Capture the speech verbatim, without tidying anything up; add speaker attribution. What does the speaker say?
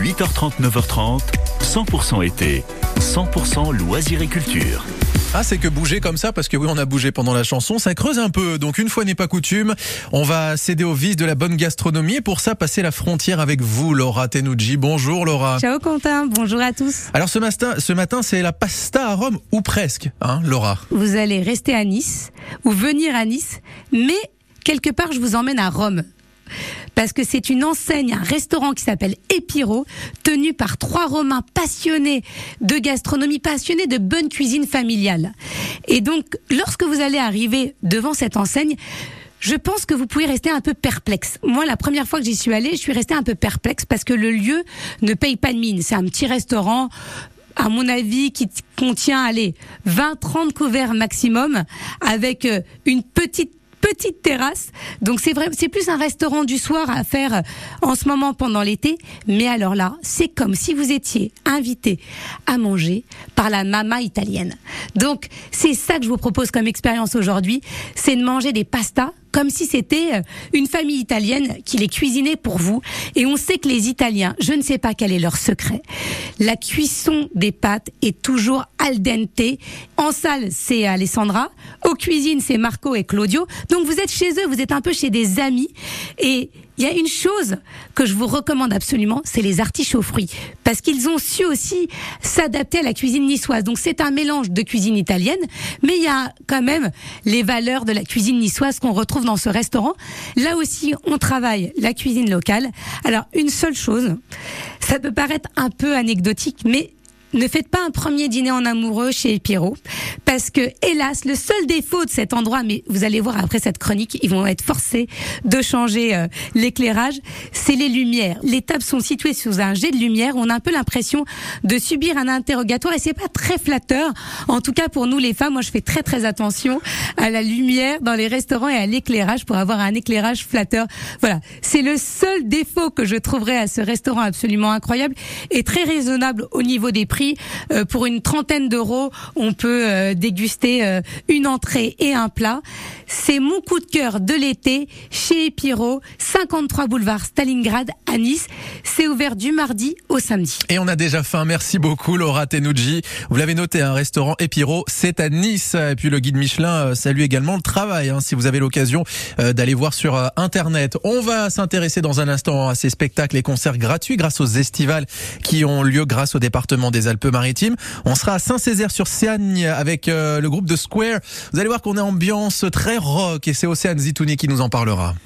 Speaker 1: huit heures trente, neuf heures trente, cent pour cent été, cent pour cent loisirs et culture.
Speaker 2: Ah, c'est que bouger comme ça, parce que oui, on a bougé pendant la chanson, ça creuse un peu. Donc une fois n'est pas coutume, on va céder au vice de la bonne gastronomie et pour ça, passer la frontière avec vous, Laura Tenucci. Bonjour Laura.
Speaker 3: Ciao Quentin, bonjour à tous.
Speaker 2: Alors ce matin, ce matin c'est la pasta à Rome, ou presque, hein, Laura.
Speaker 3: Vous allez rester à Nice, ou venir à Nice, mais quelque part je vous emmène à Rome. Parce que c'est une enseigne, un restaurant qui s'appelle Epiro, tenu par trois Romains passionnés de gastronomie, passionnés de bonne cuisine familiale. Et donc, lorsque vous allez arriver devant cette enseigne, je pense que vous pouvez rester un peu perplexe. Moi, la première fois que j'y suis allée, je suis restée un peu perplexe parce que le lieu ne paye pas de mine. C'est un petit restaurant, à mon avis, qui contient, allez, vingt trente couverts maximum, avec une petite petite terrasse. Donc c'est vrai, c'est plus un restaurant du soir à faire en ce moment pendant l'été. Mais alors là, c'est comme si vous étiez invité à manger par la mama italienne. Donc c'est ça que je vous propose comme expérience aujourd'hui, c'est de manger des pastas comme si c'était une famille italienne qui les cuisinait pour vous. Et on sait que les Italiens, je ne sais pas quel est leur secret, la cuisson des pâtes est toujours al dente. En salle, c'est Alessandra. Aux cuisines, c'est Marco et Claudio. Donc vous êtes chez eux, vous êtes un peu chez des amis. Et il y a une chose que je vous recommande absolument, c'est les artichauts fruits. Parce qu'ils ont su aussi s'adapter à la cuisine niçoise. Donc c'est un mélange de cuisine italienne, mais il y a quand même les valeurs de la cuisine niçoise qu'on retrouve dans ce restaurant. Là aussi, on travaille la cuisine locale. Alors, une seule chose, ça peut paraître un peu anecdotique, mais ne faites pas un premier dîner en amoureux chez Epiro, parce que, hélas, le seul défaut de cet endroit, mais vous allez voir après cette chronique, ils vont être forcés de changer euh, l'éclairage, c'est les lumières. Les tables sont situées sous un jet de lumière, on a un peu l'impression de subir un interrogatoire et c'est pas très flatteur. En tout cas, pour nous les femmes, moi je fais très très attention à la lumière dans les restaurants et à l'éclairage pour avoir un éclairage flatteur. Voilà, c'est le seul défaut que je trouverais à ce restaurant absolument incroyable et très raisonnable au niveau des prix. Euh, pour une trentaine d'euros, on peut euh, déguster euh, une entrée et un plat. C'est mon coup de cœur de l'été chez Epiro, cinquante-trois boulevard Stalingrad à Nice. C'est ouvert du mardi au samedi.
Speaker 2: Et on a déjà faim. Merci beaucoup Laura Tenucci. Vous l'avez noté, un restaurant Epiro, c'est à Nice. Et puis le guide Michelin euh, salue également le travail, hein, si vous avez l'occasion euh, d'aller voir sur euh, Internet. On va s'intéresser dans un instant à ces spectacles et concerts gratuits grâce aux estivales qui ont lieu grâce au département des Alpes-Maritimes. On sera à Saint-Césaire-sur-Siagne avec euh, le groupe de Square. Vous allez voir qu'on est ambiance très rock et c'est Océane Zitouni qui nous en parlera.